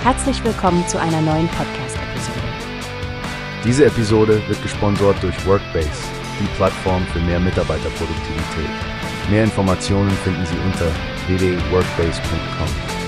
Herzlich willkommen zu einer neuen Podcast-Episode. Diese Episode wird gesponsert durch Workbase, die Plattform für mehr Mitarbeiterproduktivität. Mehr Informationen finden Sie unter www.workbase.com.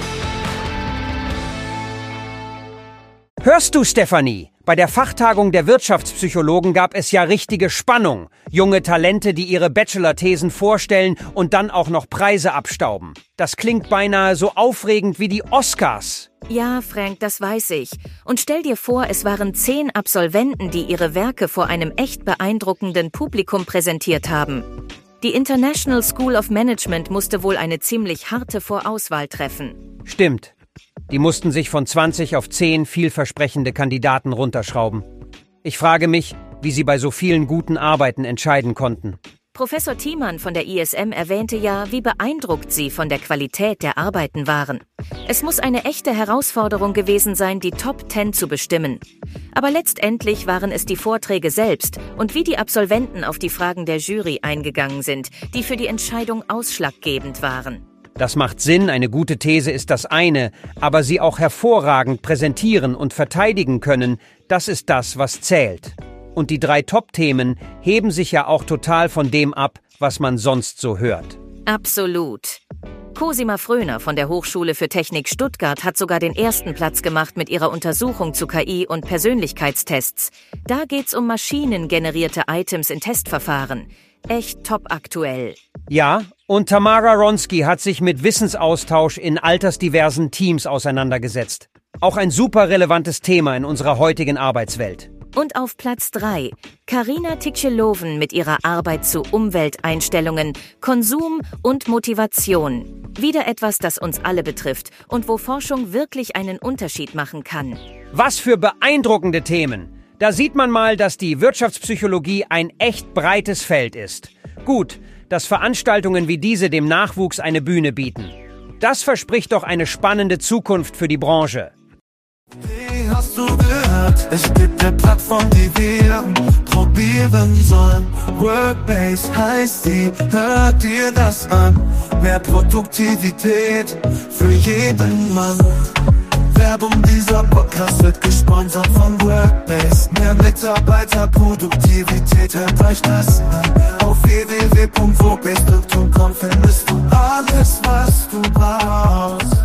Hörst du, Stefanie? Bei der Fachtagung der Wirtschaftspsychologen gab es ja richtige Spannung. Junge Talente, die ihre Bachelor-Thesen vorstellen und dann auch noch Preise abstauben. Das klingt beinahe so aufregend wie die Oscars. Ja, Frank, das weiß ich. Und stell dir vor, es waren 10 Absolventen, die ihre Werke vor einem echt beeindruckenden Publikum präsentiert haben. Die International School of Management musste wohl eine ziemlich harte Vorauswahl treffen. Stimmt. Die mussten sich von 20 auf 10 vielversprechende Kandidaten runterschrauben. Ich frage mich, wie sie bei so vielen guten Arbeiten entscheiden konnten. Professor Thiemann von der ISM erwähnte ja, wie beeindruckt sie von der Qualität der Arbeiten waren. Es muss eine echte Herausforderung gewesen sein, die Top 10 zu bestimmen. Aber letztendlich waren es die Vorträge selbst und wie die Absolventen auf die Fragen der Jury eingegangen sind, die für die Entscheidung ausschlaggebend waren. Das macht Sinn, eine gute These ist das eine, aber sie auch hervorragend präsentieren und verteidigen können, das ist das, was zählt. Und die 3 Top-Themen heben sich ja auch total von dem ab, was man sonst so hört. Absolut. Cosima Fröner von der Hochschule für Technik Stuttgart hat sogar den 1. Platz gemacht mit ihrer Untersuchung zu KI und Persönlichkeitstests. Da geht's um maschinengenerierte Items in Testverfahren. Echt top aktuell. Ja, und Tamara Wronski hat sich mit Wissensaustausch in altersdiversen Teams auseinandergesetzt. Auch ein super relevantes Thema in unserer heutigen Arbeitswelt. Und auf Platz 3, Karina Titschelowen mit ihrer Arbeit zu Umwelteinstellungen, Konsum und Motivation. Wieder etwas, das uns alle betrifft und wo Forschung wirklich einen Unterschied machen kann. Was für beeindruckende Themen! Da sieht man mal, dass die Wirtschaftspsychologie ein echt breites Feld ist. Gut, dass Veranstaltungen wie diese dem Nachwuchs eine Bühne bieten. Das verspricht doch eine spannende Zukunft für die Branche. Wie hast du gehört? Es gibt eine Plattform, die wir probieren sollen. Workbase heißt die, hört dir das an. Mehr Produktivität für jeden Mann. Werbung, dieser Podcast wird gesponsert von Workbase. Mehr Mitarbeiterproduktivität, hört euch das an. Auf www.workbase.com findest du alles, was du brauchst.